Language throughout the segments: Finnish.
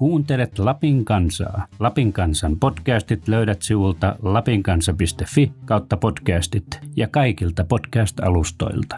Kuuntelet Lapin kansaa. Lapin kansan podcastit löydät sivulta lapinkansa.fi/podcastit ja kaikilta podcast-alustoilta.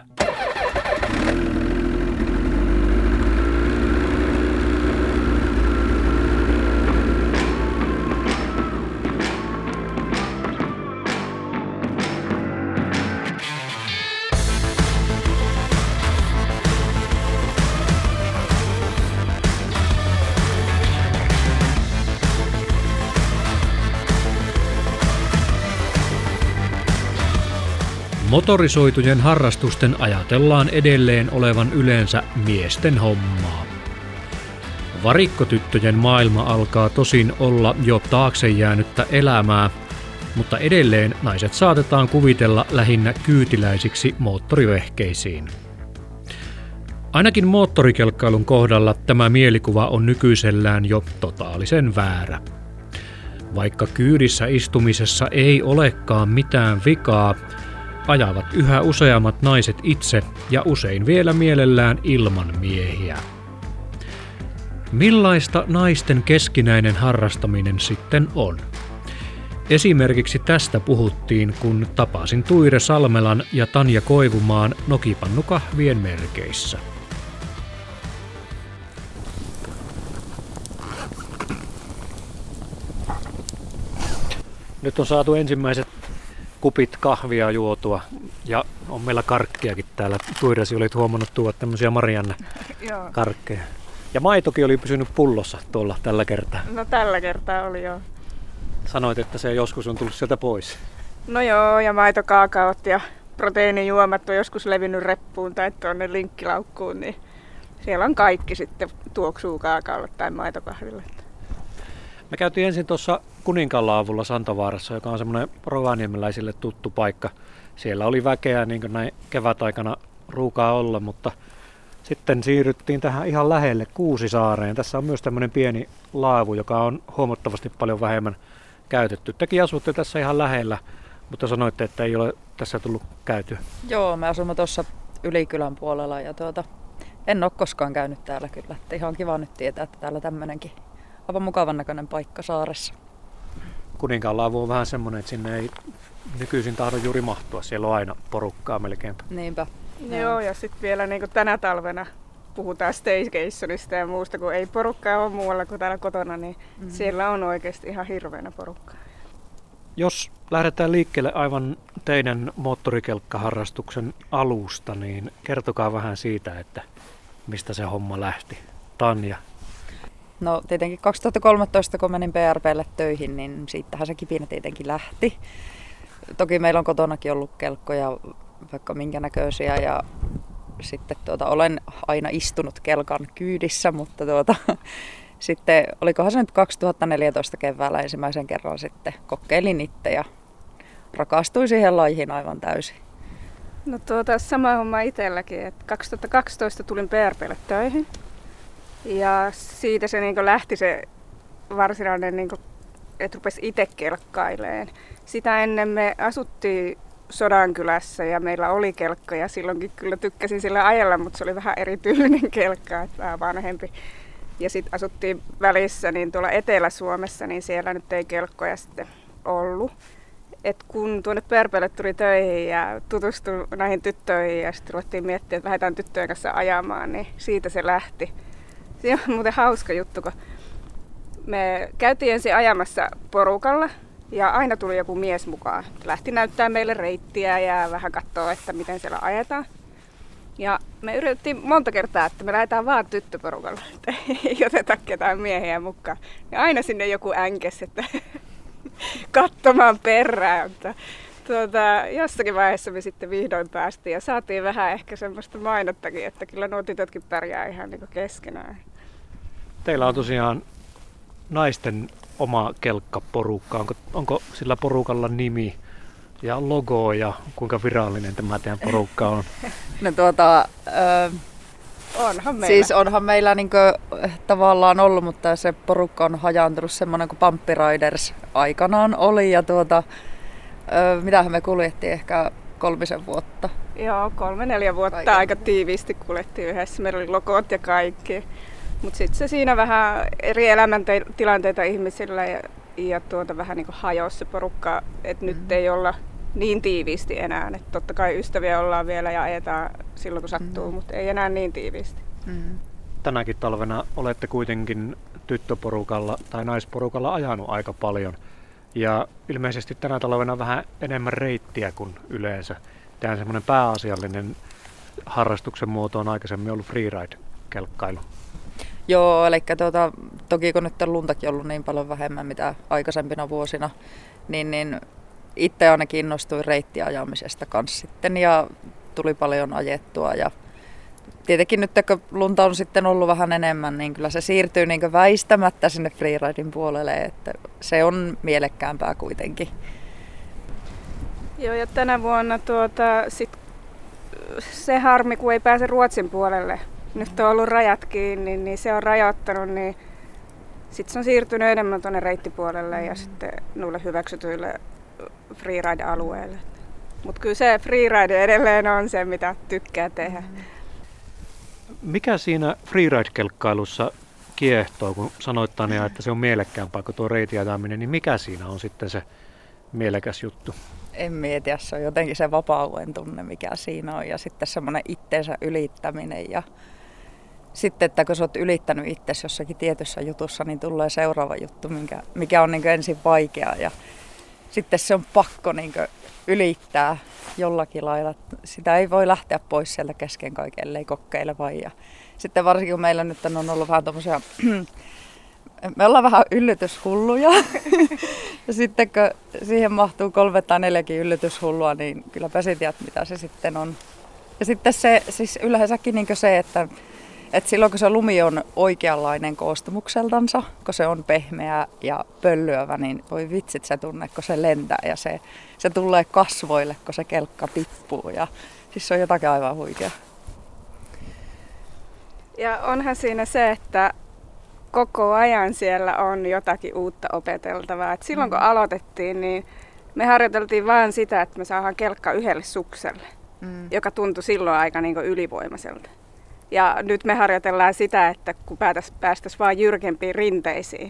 Motorisoitujen harrastusten ajatellaan edelleen olevan yleensä miesten hommaa. Varikkotyttöjen maailma alkaa tosin olla jo taakse jäänyttä elämää, mutta edelleen naiset saatetaan kuvitella lähinnä kyytiläisiksi moottorivehkeisiin. Ainakin moottorikelkkailun kohdalla tämä mielikuva on nykyisellään jo totaalisen väärä. Vaikka kyydissä istumisessa ei olekaan mitään vikaa, ajavat yhä useammat naiset itse ja usein vielä mielellään ilman miehiä. Millaista naisten keskinäinen harrastaminen sitten on? Esimerkiksi tästä puhuttiin, kun tapasin Tuire Salmelan ja Tanja Koivumaan nokipannukahvien merkeissä. Nyt on saatu ensimmäiset kupit kahvia juotua ja on meillä karkkejakin täällä. Tuiresi olit huomannut tuoda tämmöisiä Marianne-karkkeja. Ja maitokin oli pysynyt pullossa tuolla tällä kertaa. No tällä kertaa oli joo. Sanoit, että se joskus on tullut sieltä pois. No joo, ja maitokaakaot ja proteiinijuomat on joskus levinnyt reppuun tai tuonne linkkilaukkuun, niin siellä on kaikki sitten tuoksuu kaakaolle tai maitokahville. Me käytiin ensin tuossa Kuninkaanlaavulla Santavaarassa, joka on semmoinen rovaniemeläisille tuttu paikka. Siellä oli väkeä niin kuin näin kevätaikana ruukaa olla, mutta sitten siirryttiin tähän ihan lähelle Kuusisaareen. Tässä on myös tämmöinen pieni laavu, joka on huomattavasti paljon vähemmän käytetty. Tekin asutte tässä ihan lähellä, mutta sanoitte, että ei ole tässä tullut käytyä. Joo, me asumme tuossa Ylikylän puolella ja en ole koskaan käynyt täällä kyllä. Että ihan kiva nyt tietää, että täällä tämmöinenkin aivan mukavan näköinen paikka saaressa. Kuninkaanlaavu on vähän semmoinen, että sinne ei nykyisin tahdo juuri mahtua. Siellä on aina porukkaa melkeinpä. Niinpä. Joo, ja sitten vielä niin kuin tänä talvena puhutaan staycationista ja muusta, kun ei porukkaa ole muualla kuin täällä kotona, niin siellä on oikeasti ihan hirveänä porukkaa. Jos lähdetään liikkeelle aivan teidän moottorikelkkaharrastuksen alusta, niin kertokaa vähän siitä, että mistä se homma lähti. Tanja. No tietenkin 2013, kun menin PRP:lle töihin, niin siitähän se kipinä tietenkin lähti. Toki meillä on kotonakin ollut kelkkoja vaikka minkä näköisiä ja sitten olen aina istunut kelkan kyydissä, mutta sitten olikohan se nyt 2014 keväällä ensimmäisen kerran sitten kokeilin itse ja rakastuin siihen lajiin aivan täysin. No sama homma itselläkin, että 2012 tulin PRP:lle töihin. Ja siitä se niin lähti se varsinainen, niin kuin, että rupesi itse kelkkailemaan. Sitä ennen me asuttiin Sodankylässä ja meillä oli kelkka ja silloinkin kyllä tykkäsin sillä ajella, mutta se oli vähän erityinen kelkka, että vähän vanhempi. Ja sitten asuttiin välissä niin tuolla Etelä-Suomessa, niin siellä nyt ei kelkkoja sitten ollut. Et kun tuonne PRP:lle tuli töihin ja tutustuin näihin tyttöihin ja sitten ruvettiin miettimään, että lähdetään tyttöjen kanssa ajamaan, niin siitä se lähti. Se on muuten hauska juttu, kun me käytiin ensin ajamassa porukalla ja aina tuli joku mies mukaan. Lähti näyttää meille reittiä ja vähän katsoa, että miten siellä ajetaan. Ja me yritettiin monta kertaa, että me lähdetään vaan tyttöporukalla, että ei oteta ketään miehiä mukaan. Ja aina sinne joku änkes, että katsomaan perään. Jossakin vaiheessa me sitten vihdoin päästiin ja saatiin vähän ehkä semmoista mainottakin, että kyllä nuo tytötkin pärjää ihan niin kuin keskenään. Teillä on tosiaan naisten oma kelkkaporukka. Onko sillä porukalla nimi ja logo ja kuinka virallinen tämä teidän porukka on? No onhan meillä. Siis onhan meillä niinku tavallaan ollut, mutta se porukka on hajaantunut semmoinen kuin Pumpy Riders aikanaan oli ja mitähän me kuljettiin ehkä 3 vuotta. Joo, 3-4 vuotta aika tiiviisti kuljettiin yhdessä. Meillä oli logot ja kaikki. Mutta sitten se siinä vähän eri elämäntilanteita ihmisillä ja vähän niin kuin hajosi se porukka, että nyt ei olla niin tiiviisti enää. Et totta kai ystäviä ollaan vielä ja ajetaan silloin kun sattuu, mutta ei enää niin tiiviisti. Tänäkin talvena olette kuitenkin tyttöporukalla tai naisporukalla ajanut aika paljon. Ja ilmeisesti tänä talvena vähän enemmän reittiä kuin yleensä. Tämä semmoinen pääasiallinen harrastuksen muoto on aikaisemmin ollut freeride-kelkkailu. Joo, eli toki kun nyt on luntakin ollut niin paljon vähemmän mitä aikaisempina vuosina, niin itse aina kiinnostuin reittiajamisesta kanssa sitten ja tuli paljon ajettua. Ja tietenkin nyt kun lunta on sitten ollut vähän enemmän, niin kyllä se siirtyy niin väistämättä sinne freeridin puolelle, että se on mielekkäämpää kuitenkin. Joo, ja tänä vuonna sit se harmi, kun ei pääse Ruotsin puolelle. Nyt on ollut rajat kiinni, niin se on rajoittanut, niin sitten se on siirtynyt enemmän tuonne reittipuolelle ja sitten noille hyväksytyille freeride-alueille. Mutta kyllä se freeride edelleen on se, mitä tykkää tehdä. Mikä siinä freeride-kelkkailussa kiehtoo, kun sanoit Tanja, että se on mielekkäämpää kuin tuo reitiajaminen, niin mikä siinä on sitten se mielekäs juttu? En mieti, se on jotenkin se vapauden tunne, mikä siinä on ja sitten semmoinen itteensä ylittäminen ja sitten, että kun sä oot ylittänyt itsesi jossakin tietyssä jutussa, niin tulee seuraava juttu, mikä on niin ensin vaikea ja sitten se on pakko niin ylittää jollakin lailla. Sitä ei voi lähteä pois sieltä kesken kaiken, ellei kokeile vain. Ja sitten varsinkin kun meillä nyt on ollut vähän tommosia, me ollaan vähän yllytyshulluja. Ja sitten kun siihen mahtuu 3 tai 4 yllytyshullua, niin kyllä tiedät, mitä se sitten on. Ja sitten se, siis yleensäkin niin se, että silloin kun se lumi on oikeanlainen koostumukseltansa, kun se on pehmeä ja pöllyävä, niin voi vitsit se tunne, kun se lentää ja se tulee kasvoille, kun se kelkka tippuu. Ja siis se on jotakin aivan huikea. Ja onhan siinä se, että koko ajan siellä on jotakin uutta opeteltavaa. Et silloin kun aloitettiin, niin me harjoiteltiin vain sitä, että me saadaan kelkka yhdelle sukselle, joka tuntui silloin aika niin kuin ylivoimaiselta. Ja nyt me harjoitellaan sitä, että kun päästäisiin vaan jyrkempiin rinteisiin.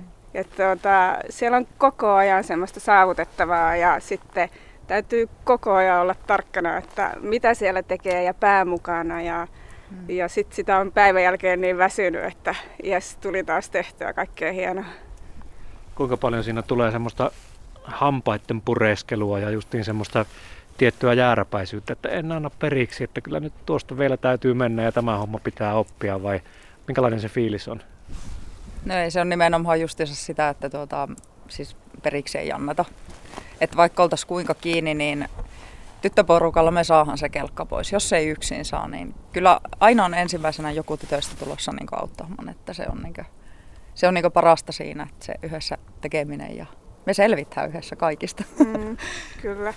Siellä on koko ajan semmoista saavutettavaa ja sitten täytyy koko ajan olla tarkkana, että mitä siellä tekee ja pää mukana. Ja sitten sitä on päivän jälkeen niin väsynyt, että jes, tuli taas tehtyä kaikkea hienoa. Kuinka paljon siinä tulee semmoista hampaiden pureskelua ja justiin semmoista tiettyä jääräpäisyyttä, että en anna periksi, että kyllä nyt tuosta vielä täytyy mennä ja tämä homma pitää oppia, vai minkälainen se fiilis on? No ei, se on nimenomaan justiinsa sitä, että siis periksi ei anneta. Että vaikka oltaisiin kuinka kiinni, niin tyttöporukalla me saadaan se kelkka pois. Jos ei yksin saa, niin kyllä aina on ensimmäisenä joku tytöistä tulossa niin auttamaan, että se on parasta siinä, että se yhdessä tekeminen ja me selvitään yhdessä kaikista. Kyllä.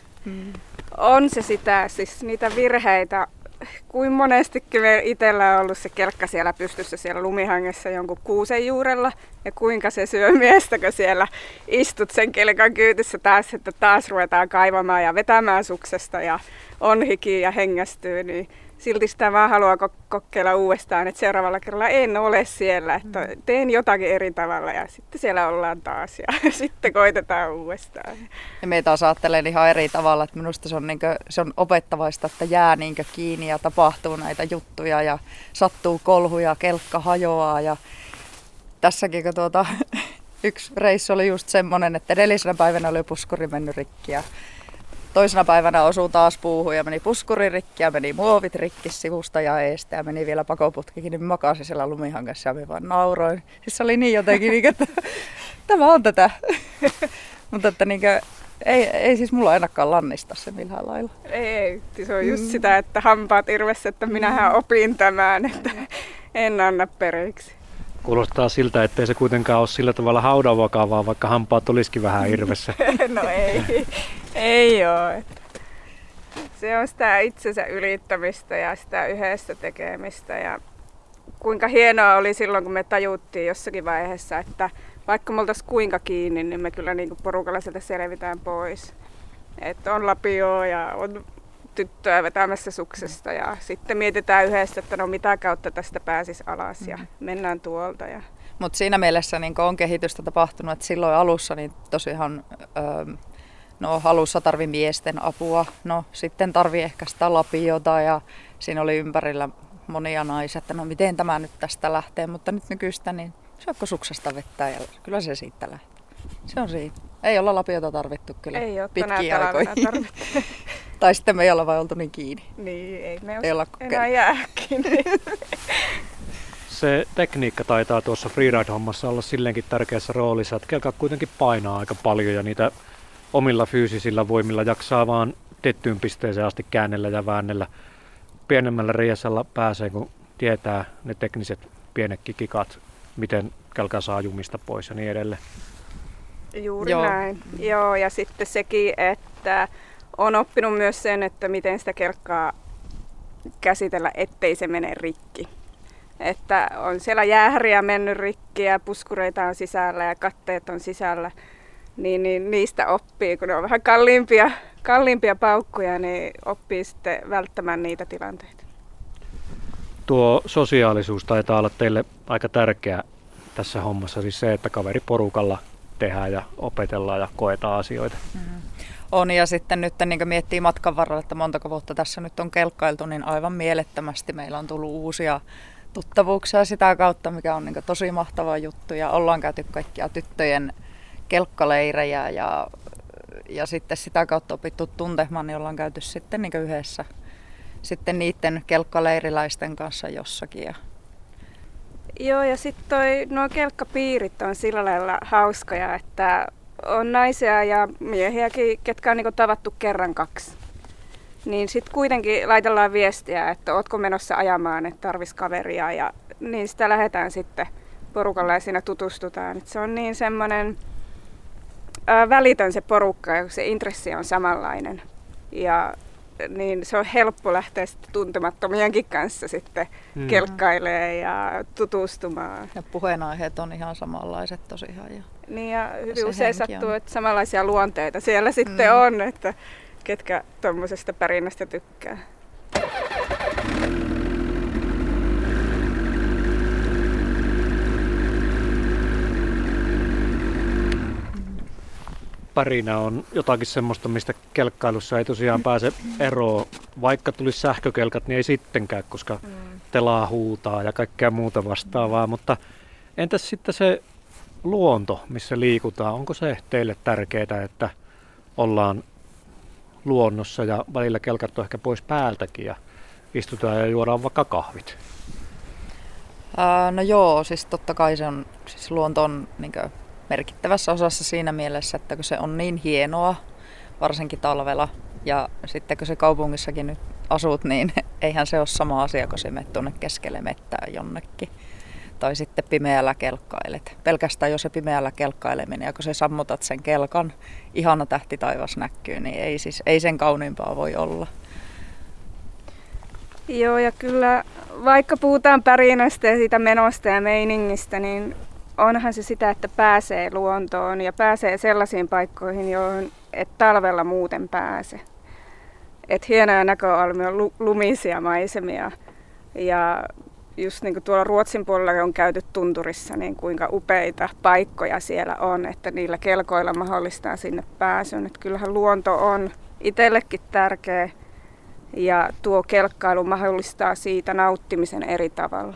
On se sitä, siis niitä virheitä, kuin monestikin me itsellä on ollut se kelkka siellä pystyssä siellä lumihangessa jonkun kuusen juurella ja kuinka se syö miestä, kun siellä istut sen kelkan kyytissä taas, että taas ruvetaan kaivamaan ja vetämään suksesta ja on hiki ja hengästyy, niin silti sitä vaan haluaa kokeilla uudestaan, että seuraavalla kerralla en ole siellä, että teen jotakin eri tavalla ja sitten siellä ollaan taas ja sitten koitetaan uudestaan. Ja me taas ajattelen ihan eri tavalla, että minusta se on opettavaista, että jää kiinni ja tapahtuu näitä juttuja ja sattuu kolhuja, kelkka hajoaa ja tässäkin kun yksi reissu oli just semmoinen, että edellisenä päivänä oli puskuri mennyt rikki ja toisena päivänä osui taas puuhun ja meni puskuri rikki ja meni muovit rikki sivusta ja eestä ja meni vielä pakoputkikin, niin makasin siellä lumihangassa ja minä vaan nauroin. Siis se oli niin jotenkin, että tämä on tätä. Mutta että ei siis mulla ainakaan lannista se millään lailla. Ei, se on just sitä, että hampaat irvessä, että minähän opin tämän, että en anna periksi. Kuulostaa siltä, ettei se kuitenkaan ole sillä tavalla haudan vakavaa, vaikka hampaat olisikin vähän irvessä. No ei ole. Se on sitä itsensä ylittämistä ja sitä yhdessä tekemistä. Ja kuinka hienoa oli silloin, kun me tajuttiin jossakin vaiheessa, että vaikka me oltaisiin kuinka kiinni, niin me kyllä niin kuin porukalla sieltä selvitään pois. Että on lapioa ja on tyttöä vetämässä suksesta ja sitten mietitään yhdessä, että no mitä kautta tästä pääsisi alas ja mennään tuolta. Mutta siinä mielessä niin on kehitystä tapahtunut, että silloin alussa niin tosiaan alussa tarvi miesten apua, no sitten tarvi ehkä sitä lapiota ja siinä oli ympärillä monia naisia, että no miten tämä nyt tästä lähtee, mutta nyt nykyistä niin saako suksesta vettä ja kyllä se siitä lähtee. Se on siinä. Ei olla lapiota tarvittu kyllä pitkiä aikoja. Tai sitten me ei olla vaan oltu niin kiinni. Niin, ei me enää jää kiinni. Se tekniikka taitaa tuossa freeride-hommassa olla silleenkin tärkeässä roolissa, että kelkat kuitenkin painaa aika paljon ja niitä omilla fyysisillä voimilla jaksaa vaan tiettyyn pisteeseen asti käännellä ja väännellä. Pienemmällä riesalla pääsee, kun tietää ne tekniset pienetkin kikat, miten kelka saa jumista pois ja niin edelleen. Juuri näin. Joo, ja sitten sekin, että on oppinut myös sen, että miten sitä kelkkaa käsitellä, ettei se mene rikki. Että on siellä jäähäriä mennyt rikki ja puskureita on sisällä ja katteet on sisällä, niin niistä oppii, kun ne on vähän kalliimpia paukkuja, niin oppii sitten välttämään niitä tilanteita. Tuo sosiaalisuus taitaa olla teille aika tärkeä tässä hommassa, siis se, että kaveriporukalla tehdään ja opetellaan ja koetaan asioita. On, ja sitten nyt niin miettii matkan varrella, että montako vuotta tässä nyt on kelkkailtu, niin aivan mielettömästi meillä on tullut uusia tuttavuuksia sitä kautta, mikä on niin tosi mahtava juttu. Ja ollaan käyty kaikkia tyttöjen kelkkaleirejä ja sitten sitä kautta opittu tuntemaan, niin ollaan käyty sitten niin yhdessä sitten niiden kelkkaleiriläisten kanssa jossakin. Joo, ja sitten nuo kelkkapiirit on sillä lailla hauskoja, että on naisia ja miehiäkin, ketkä on niinku tavattu kerran 2. Niin sitten kuitenkin laitellaan viestiä, että ootko menossa ajamaan, että tarvis kaveria. Ja niin sitä lähdetään sitten porukalla ja siinä tutustutaan. Et se on niin semmoinen välitön se porukka, kun se intressi on samanlainen. Ja niin se on helppo lähteä sitten tuntemattomienkin kanssa sitten kelkkailemaan ja tutustumaan. Ja puheenaiheet on ihan samanlaiset tosiaan. Niin ja hyvin usein sattuu, että samanlaisia luonteita siellä sitten on, että ketkä tuommoisesta pärinästä tykkää. Pärinä on jotakin semmoista, mistä kelkkailussa ei tosiaan pääse eroon. Vaikka tulisi sähkökelkat, niin ei sittenkään, koska telaa huutaa ja kaikkea muuta vastaavaa. Mutta entäs sitten se luonto, missä liikutaan? Onko se teille tärkeää, että ollaan luonnossa ja välillä kelkat on ehkä pois päältäkin ja istutaan ja juodaan vaikka kahvit? No joo, siis totta kai se on, siis luonto on merkittävässä osassa siinä mielessä, että kun se on niin hienoa, varsinkin talvella, ja sitten kun se kaupungissakin nyt asut, niin eihän se ole sama asia, kun se menet tuonne keskelle mettään jonnekin. Tai sitten pimeällä kelkkailet. Pelkästään jo se pimeällä kelkkaileminen, ja kun sä sammutat sen kelkan, ihana tähti taivas näkyy, niin ei sen kauniimpaa voi olla. Joo, ja kyllä vaikka puhutaan pärinästä ja siitä menosta ja meiningistä, niin onhan se sitä, että pääsee luontoon ja pääsee sellaisiin paikkoihin, joihin et talvella muuten pääse. Et hienoja näköalmia, lumisia maisemia ja just niin kuin tuolla Ruotsin puolella on käyty tunturissa, niin kuinka upeita paikkoja siellä on, että niillä kelkoilla mahdollistaa sinne pääsyn. Et kyllähän luonto on itsellekin tärkeä ja tuo kelkkailu mahdollistaa siitä nauttimisen eri tavalla.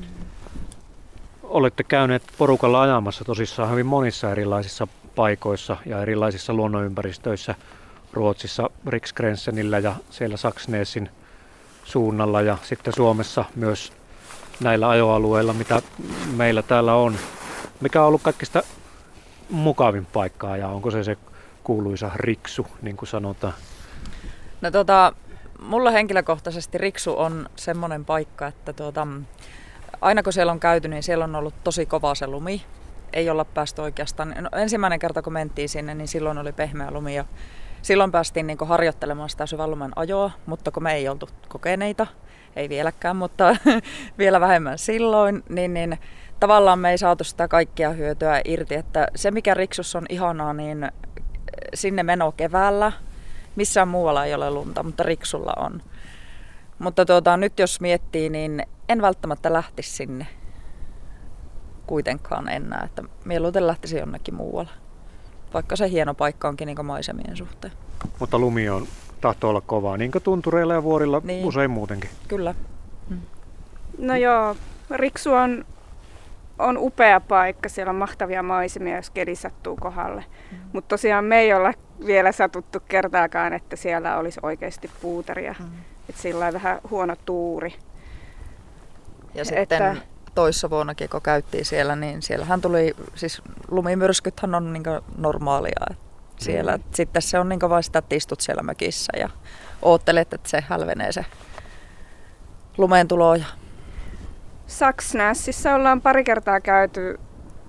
Olette käyneet porukalla ajamassa tosissaan hyvin monissa erilaisissa paikoissa ja erilaisissa luonnonympäristöissä. Ruotsissa Riksgränsenillä ja siellä Saksnesin suunnalla ja sitten Suomessa myös näillä ajoalueilla, mitä meillä täällä on. Mikä on ollut kaikista mukavin paikkaa ja onko se kuuluisa riksu, niin kuin sanotaan? No mulla henkilökohtaisesti riksu on semmoinen paikka, että aina kun siellä on käyty, niin siellä on ollut tosi kova se lumi. Ei olla päästy oikeastaan. No, ensimmäinen kerta kun mentiin sinne, niin silloin oli pehmeä lumi ja silloin päästiin niin harjoittelemaan sitä syvän lumen ajoa, mutta kun me ei oltu kokeneita, ei vieläkään, mutta vielä vähemmän silloin, niin tavallaan me ei saatu sitä kaikkia hyötyä irti. Että se mikä riksussa on ihanaa, niin sinne meno keväällä Missään muualla ei ole lunta, mutta Riksulla on. Mutta nyt jos miettii, niin en välttämättä lähtisi sinne kuitenkaan enää. Että mieluiten lähtisi jonnekin muualle. Vaikka se hieno paikka onkin niin maisemien suhteen. Mutta lumi tahtoo olla kovaa, niin kuin tuntureilla ja vuorilla niin. Usein muutenkin. Kyllä. No joo, Riksu on upea paikka. Siellä on mahtavia maisemia, jos keli sattuu kohdalle. Mutta tosiaan me ei olla vielä satuttu kertaakaan, että siellä olisi oikeasti puuteria. Että sillä on vähän huono tuuri. Ja sitten toissa vuonnakin, kun käyttiin siellä, niin siellähän tuli, siis lumimyrskythän on niin normaalia. Siellä. Sitten se on niin vain sitä, että istut siellä mökissä ja oottelet, että se hälvenee se lumeen tulo. Saksnässissä ollaan pari kertaa käyty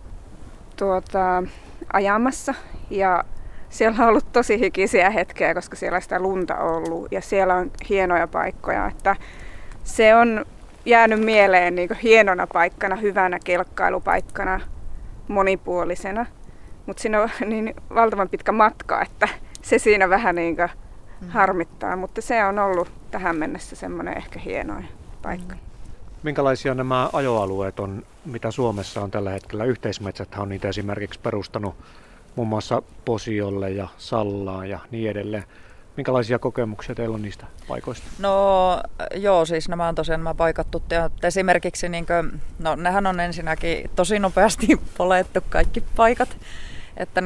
ajamassa ja siellä on ollut tosi hikisiä hetkiä, koska siellä on sitä lunta ollut ja siellä on hienoja paikkoja. Että se on jäänyt mieleen niin hienona paikkana, hyvänä kelkkailupaikkana, monipuolisena. Mutta siinä on niin valtavan pitkä matka, että se siinä vähän niin harmittaa. Mutta se on ollut tähän mennessä semmoinen ehkä hienoin paikka. Minkälaisia nämä ajoalueet on, mitä Suomessa on tällä hetkellä? Yhteismetsäthän on niitä esimerkiksi perustanut muun muassa Posiolle ja Sallaan ja niin edelleen. Minkälaisia kokemuksia teillä on niistä paikoista? No joo, siis nämä on tosiaan nämä paikat tuttuja. Esimerkiksi nehän on ensinnäkin tosi nopeasti polettu kaikki paikat. Että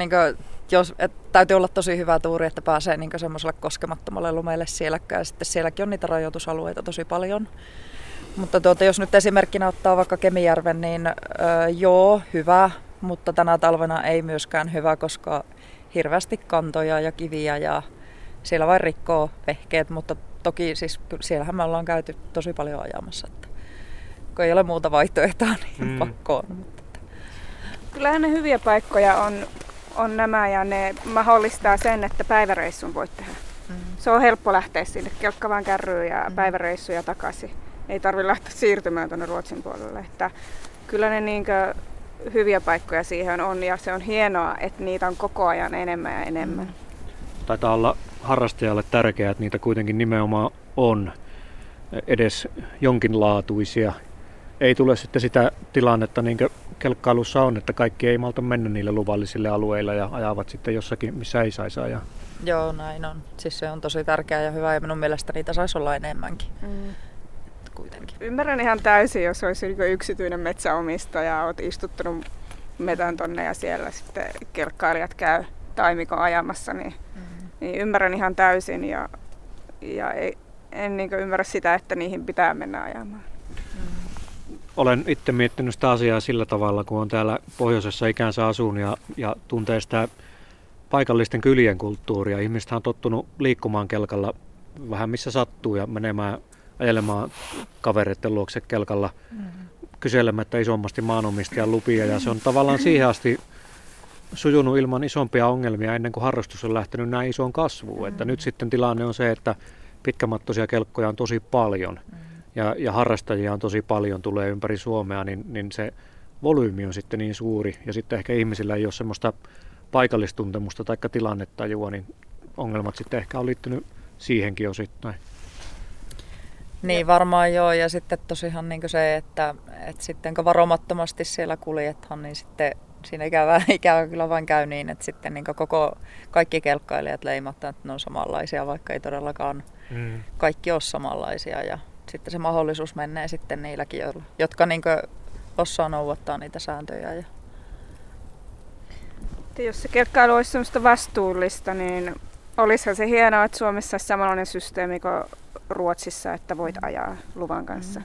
täytyy olla tosi hyvä tuuri, että pääsee semmoiselle koskemattomalle lumeelle sielläkään. Ja sitten sielläkin on niitä rajoitusalueita tosi paljon. Mutta jos nyt esimerkkinä ottaa vaikka Kemijärven, niin joo, hyvä. Mutta tänä talvena ei myöskään hyvä, koska hirveästi kantoja ja kiviä ja siellä vain rikkoo vehkeet, mutta toki siis siellähän me ollaan käyty tosi paljon ajamassa, että kun ei ole muuta vaihtoehtoa, niin pakko on. Kyllähän ne hyviä paikkoja on nämä ja ne mahdollistaa sen, että päiväreissun voit tehdä. Se on helppo lähteä sinne, kelkka vaan kärryy ja päiväreissuja takaisin. Ei tarvitse lähteä siirtymään tuonne Ruotsin puolelle. Että kyllä ne hyviä paikkoja siihen on ja se on hienoa, että niitä on koko ajan enemmän ja enemmän. Taitaa olla harrastajalle tärkeää, että niitä kuitenkin nimenomaan on edes jonkinlaatuisia. Ei tule sitten sitä tilannetta, niin kuin kelkkailussa on, että kaikki ei malta mennä niille luvallisille alueille ja ajavat sitten jossakin, missä ei saisi ajaa. Joo, näin on. Siis se on tosi tärkeää ja hyvä ja minun mielestä niitä saisi olla enemmänkin. Kuitenkin. Ymmärrän ihan täysin, jos olisi yksityinen metsäomistaja, olet istuttanut metän tonne ja siellä sitten kelkkailijat käy taimikon ajamassa, niin ymmärrän ihan täysin ja en ymmärrä sitä, että niihin pitää mennä ajamaan. Olen itse miettinyt sitä asiaa sillä tavalla, kun on täällä pohjoisessa ikänsä asun ja tuntee sitä paikallisten kylien kulttuuria. Ihmiset on tottunut liikkumaan kelkalla vähän missä sattuu ja menemään ajelemaan kavereiden luokse kelkalla kyselemättä isommasti maanomistajan lupia. Ja se on tavallaan siihen asti sujunut ilman isompia ongelmia ennen kuin harrastus on lähtenyt näin isoon kasvuun. Että nyt sitten tilanne on se, että pitkämattoisia kelkkoja on tosi paljon ja harrastajia on tosi paljon, tulee ympäri Suomea, niin se volyymi on sitten niin suuri ja sitten ehkä ihmisillä ei ole semmoista paikallistuntemusta tai tilannetajua, niin ongelmat sitten ehkä on liittynyt siihenkin osittain. Niin varmaan joo, ja sitten tosiaan niin se, että sitten kun varomattomasti siellä kuljethan, niin sitten siinä ikävä kyllä vain käy niin, että sitten niin kaikki kelkkailijat leimataan, että ne on samanlaisia, vaikka ei todellakaan kaikki ole samanlaisia. Ja sitten se mahdollisuus menee sitten niilläkin, jotka niin osaa noudattaa niitä sääntöjä. Jos se kelkkailu olisi sellaista vastuullista, niin olisihan se hienoa, että Suomessa olisi samanlainen systeemi kuin Ruotsissa, että voit ajaa luvan kanssa.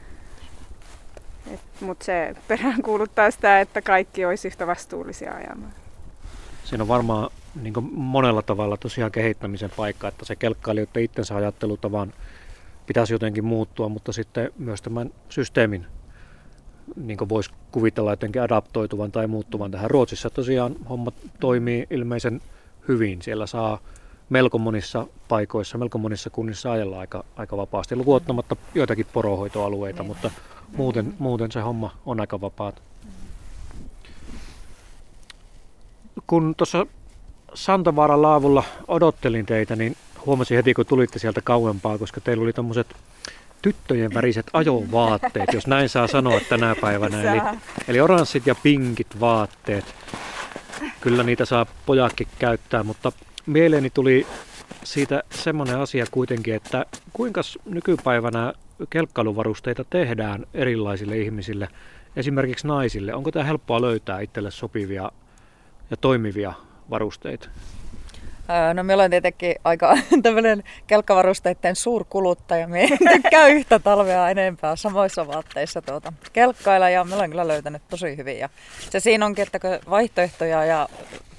Mutta se peräänkuuluttaa sitä, että kaikki olisi yhtä vastuullisia ajamaan. Siinä on varmaan niin kuin monella tavalla tosiaan kehittämisen paikka, että se kelkkailijoiden itsensä ajattelutavan pitäisi jotenkin muuttua, mutta sitten myös tämän systeemin niin voisi kuvitella jotenkin adaptoituvan tai muuttuvan tähän. Ruotsissa tosiaan homma toimii ilmeisen hyvin. Siellä saa melko monissa paikoissa, melko monissa kunnissa ajella aika vapaasti, lukuottamatta joitakin poronhoitoalueita, mutta muuten se homma on aika vapaata. Kun tuossa Santovaaran laavulla odottelin teitä, niin huomasin heti, kun tulitte sieltä kauempaa, koska teillä oli tommoset tyttöjen väriset ajovaatteet, jos näin saa sanoa tänä päivänä. Eli oranssit ja pinkit vaatteet. Kyllä niitä saa pojatkin käyttää, mutta mieleeni tuli siitä semmoinen asia kuitenkin, että kuinka nykypäivänä kelkkailuvarusteita tehdään erilaisille ihmisille, esimerkiksi naisille. Onko tämä helppoa löytää itselle sopivia ja toimivia varusteita? No me ollaan tietenkin aika tämmöinen kelkkavarusteiden suurkuluttaja. Me ei tykkää yhtä talvea enempää samoissa vaatteissa kelkkailla ja me ollaan kyllä löytänyt tosi hyvin. Ja se siinä onkin, että vaihtoehtoja ja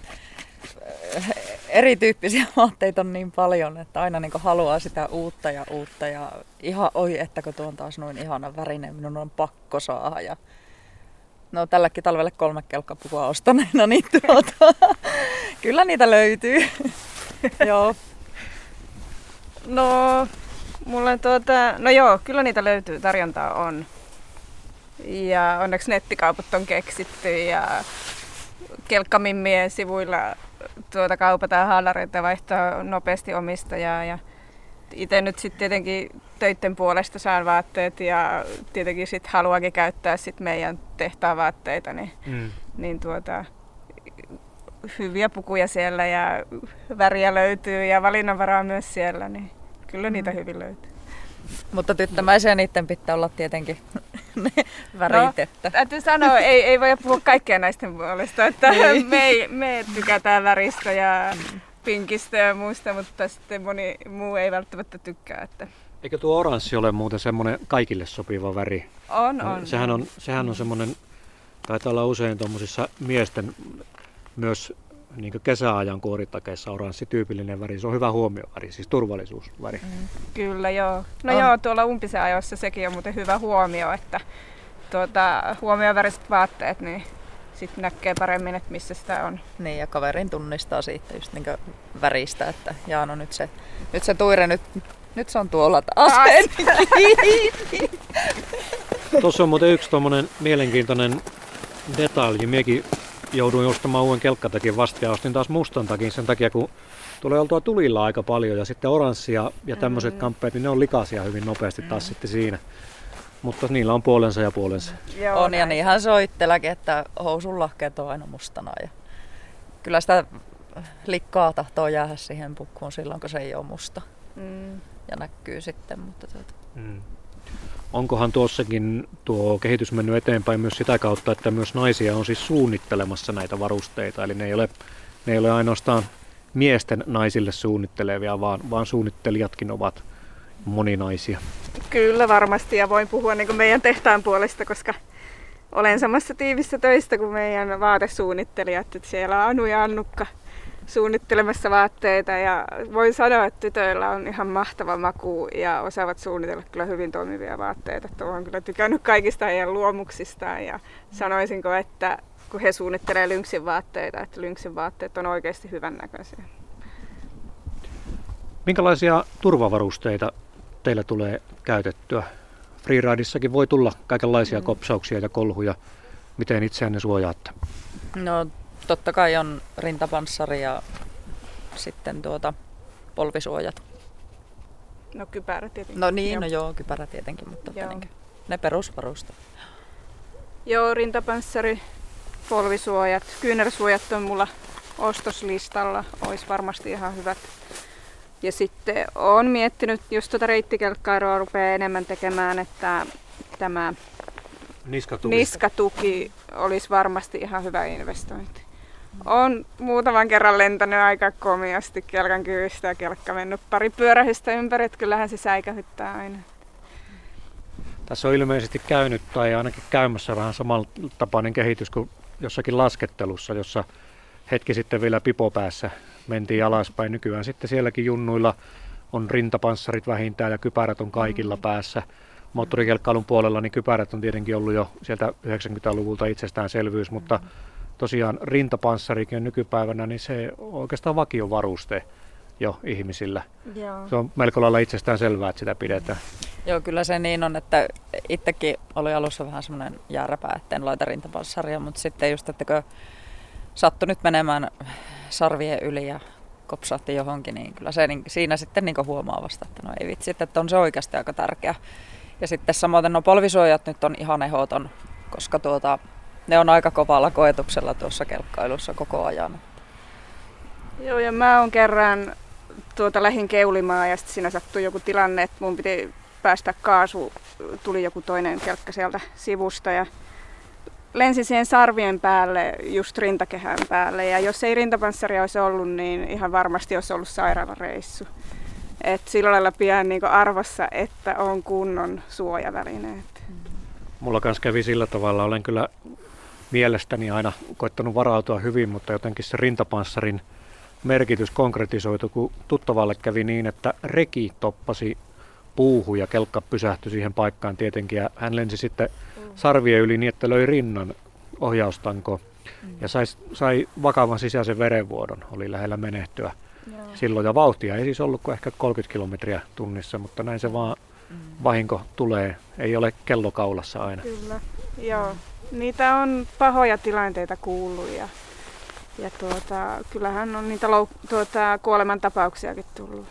erityyppisiä vaatteita on niin paljon, että aina niin haluaa sitä uutta ja ihan että kun tuo on taas noin ihana värinen, minun on pakko saada. Ja no tälläkin talvelle 3 kelkkapukua ostaneena, niin kyllä niitä löytyy. Joo. No, mulla kyllä niitä löytyy, tarjontaa on. Ja onneksi nettikaupat on keksitty ja kelkkamimmien sivuilla kaupataan haalareita ja vaihtaa nopeasti omistajaa. Ja itse nyt sitten tietenkin töiden puolesta saan vaatteet ja tietenkin sitten haluakin käyttää sit meidän tehtaan vaatteita, niin hyviä pukuja siellä ja väriä löytyy ja valinnanvaraa myös siellä, niin kyllä niitä hyvin löytyy. Mutta tyttömäisiä niiden pitää olla tietenkin ne värit. No, täytyy sanoa, ei voi puhua kaikkien naisten puolesta, että me tykätään väristä ja pinkistä ja muusta, mutta sitten moni muu ei välttämättä tykkää. Että. Eikö tuo oranssi ole muuten semmoinen kaikille sopiva väri? On. Sehän on semmoinen, taitaa olla usein tuommoisissa miesten myös niin kesäajan kuoritakeissa oranssi tyypillinen väri. Se on hyvä huomioväri, siis turvallisuusväri. Kyllä joo. Joo, tuolla umpisen ajoissa sekin on muuten hyvä huomio, että huomioväriset vaatteet, niin sitten näkee paremmin, että missä sitä on. Niin, ja kaverin tunnistaa siitä just niin väristä, että Jaano nyt se tuire, nyt se on tuolla taas. Tuossa on muuten yksi tommonen mielenkiintoinen detalji. Miekin jouduin ostamaan uuden kelkkatakin vasta ja ostin taas mustan takin sen takia, kun tulee oltua tulilla aika paljon ja sitten oranssi ja tämmöiset kamppeet, niin ne on likaisia hyvin nopeasti taas sitten siinä. Mutta niillä on puolensa ja puolensa. Joo, on ja niinhän se on itselläkin, että housun lahkeet on aina mustana. Ja kyllä sitä likkaa tahtoo jäädä siihen pukkuun silloin, kun se ei ole musta. Ja näkyy sitten. Mutta Onkohan tuossakin tuo kehitys mennyt eteenpäin myös sitä kautta, että myös naisia on siis suunnittelemassa näitä varusteita. Eli ne ei ole ainoastaan miesten naisille suunnittelevia, vaan suunnittelijatkin ovat moninaisia. Kyllä varmasti, ja voin puhua niin kuin meidän tehtaan puolesta, koska olen samassa tiivissä töistä kuin meidän vaatesuunnittelijat. Että siellä on Anu ja Annukka suunnittelemassa vaatteita ja voin sanoa, että tytöillä on ihan mahtava maku ja osaavat suunnitella kyllä hyvin toimivia vaatteita. Että olen kyllä tykännyt kaikista heidän luomuksistaan ja sanoisinko, että kun he suunnittelee Lynxin vaatteita, että Lynxin vaatteet on oikeasti hyvännäköisiä. Minkälaisia turvavarusteita teillä tulee käytettyä? Freeridissakin voi tulla kaikenlaisia kopsauksia ja kolhuja. Miten itseänne suojaatte? No totta kai on rintapanssari ja sitten polvisuojat. No kypärä tietenkin. No niin, joo, kypärä tietenkin, mutta ne perusvarusteet. Joo, rintapanssari, polvisuojat, kyynärsuojat on mulla ostoslistalla, olisi varmasti ihan hyvät. Ja sitten olen miettinyt, jos reittikelkkailua rupeaa enemmän tekemään, että tämä niskatuki olisi varmasti ihan hyvä investointi. Olen muutaman kerran lentänyt aika komiasti kelkan kyvystä ja kelkka mennyt pari pyörähistä ympäri, että kyllähän se säikähyttää aina. Tässä on ilmeisesti käynyt tai ainakin käymässä vähän samantapainen kehitys kuin jossakin laskettelussa, jossa hetki sitten vielä pipopäässä mentiin alaspäin. Nykyään sitten sielläkin junnuilla on rintapanssarit vähintään ja kypärät on kaikilla päässä. Moottorikelkkailun puolella niin kypärät on tietenkin ollut jo sieltä 90-luvulta itsestäänselvyys, mutta tosiaan rintapanssarikin on nykypäivänä, niin se on oikeastaan vakiovaruste jo ihmisillä. Joo. Se on melko lailla itsestään selvää, että sitä pidetään. Joo, kyllä se niin on, että itsekin oli alussa vähän semmoinen jääräpää, että en laita rintapanssaria, mutta sitten just, että kun sattui nyt menemään sarvien yli ja kopsahti johonkin, niin kyllä se siinä sitten niin huomaa vasta, että no ei vitsi, että on se oikeasti aika tärkeä. Ja sitten samoin polvisuojat nyt on ihan ehdoton, koska ne on aika kovalla koetuksella tuossa kelkkailussa koko ajan. Joo, ja mä oon kerran lähin keulimaan ja sitten siinä sattui joku tilanne, että mun piti päästä kaasuun. Tuli joku toinen kelkka sieltä sivusta ja lensin siihen sarvien päälle, just rintakehän päälle. Ja jos ei rintapanssaria olisi ollut, niin ihan varmasti olisi ollut sairaalareissu. Et sillä lailla pian niin arvassa, että on kunnon suojavälineet. Mulla kanssa kävi sillä tavalla, olen kyllä mielestäni aina koittanut varautua hyvin, mutta jotenkin se rintapanssarin merkitys konkretisoitu, kun tuttavalle kävi niin, että reki toppasi puuhun ja kelkka pysähtyi siihen paikkaan tietenkin. Ja hän lensi sitten sarvien yli niin, että löi rinnan ohjaustanko ja sai vakavan sisäisen verenvuodon, oli lähellä menehtyä. Silloin ja vauhtia ei siis ollut kuin ehkä 30 kilometriä tunnissa, mutta näin se vaan vahinko tulee. Ei ole kello kaulassa aina. Kyllä, joo. Niitä on pahoja tilanteita kuullut ja kyllähän on niitä kuolemantapauksiakin tullut.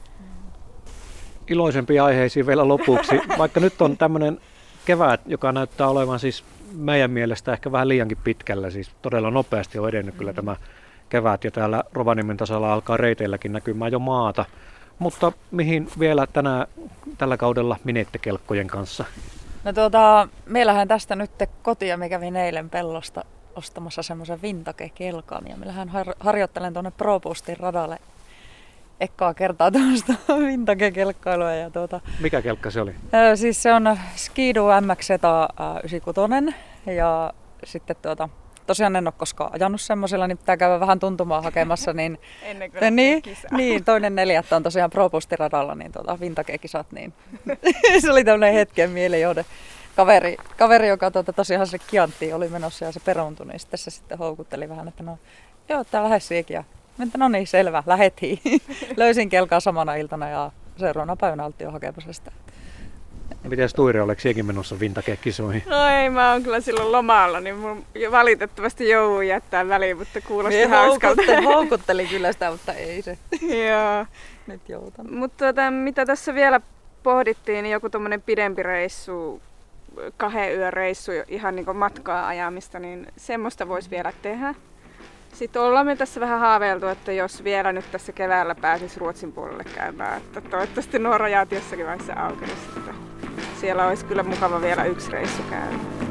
Iloisempia aiheisiin vielä lopuksi. Vaikka nyt on tämmöinen kevät, joka näyttää olevan siis meidän mielestä ehkä vähän liiankin pitkällä, siis todella nopeasti on edennyt kyllä tämä kevät ja täällä Rovaniemen tasalla alkaa reiteilläkin näkymään jo maata. Mutta mihin vielä tällä kaudella menette kelkkojen kanssa? No meillähän tästä nyt kotia, me kävin eilen Pellosta ostamassa semmoisen vintage-kelkan ja meillähän harjoittelen tuonne Pro Boostin radalle ekkaa kertaa tämmöistä vintage-kelkkailua. Ja Mikä kelkka se oli? Siis se on Ski-Doo MX 96 ja sitten tosiaan en ole koskaan ajanut semmoisella, niin pitää käydä vähän tuntumaan hakemassa. Niin, ennen kuin niin, 2.4. on tosiaan Pro Boostin radalla, niin vintage-kisat. Niin. Se oli tämmöinen hetken mielijohde. Kaveri, joka tosiaan se Chianti oli menossa ja se peruuntui, niin sitten se sitten houkutteli vähän, että no joo, tää lähes siikin. Ja no niin, selvä, lähettiin. Löysin kelkaa samana iltana ja seuraavana päivänä oltiin jo hakemassa sitä. Mites Tuire, oletko siekin menossa vintage-kisoihin? No ei, mä oon kyllä silloin lomalla, niin mun valitettavasti joudun jättää väliin, mutta kuulosti hauskalta. Houkutteli kyllä sitä, mutta ei se. Joo. Nyt joutan. Mutta mitä tässä vielä pohdittiin, niin joku tommonen pidempi reissu, 2 yön reissu, ihan niin kuin matkaa ajamista, niin semmoista voisi vielä tehdä. Sitten ollaan me tässä vähän haaveiltu, että jos vielä nyt tässä keväällä pääsisi Ruotsin puolelle käymään, että toivottavasti nuo rajat jossakin vaiheessa aukeisi. Siellä olisi kyllä mukava vielä 1 reissu käydä.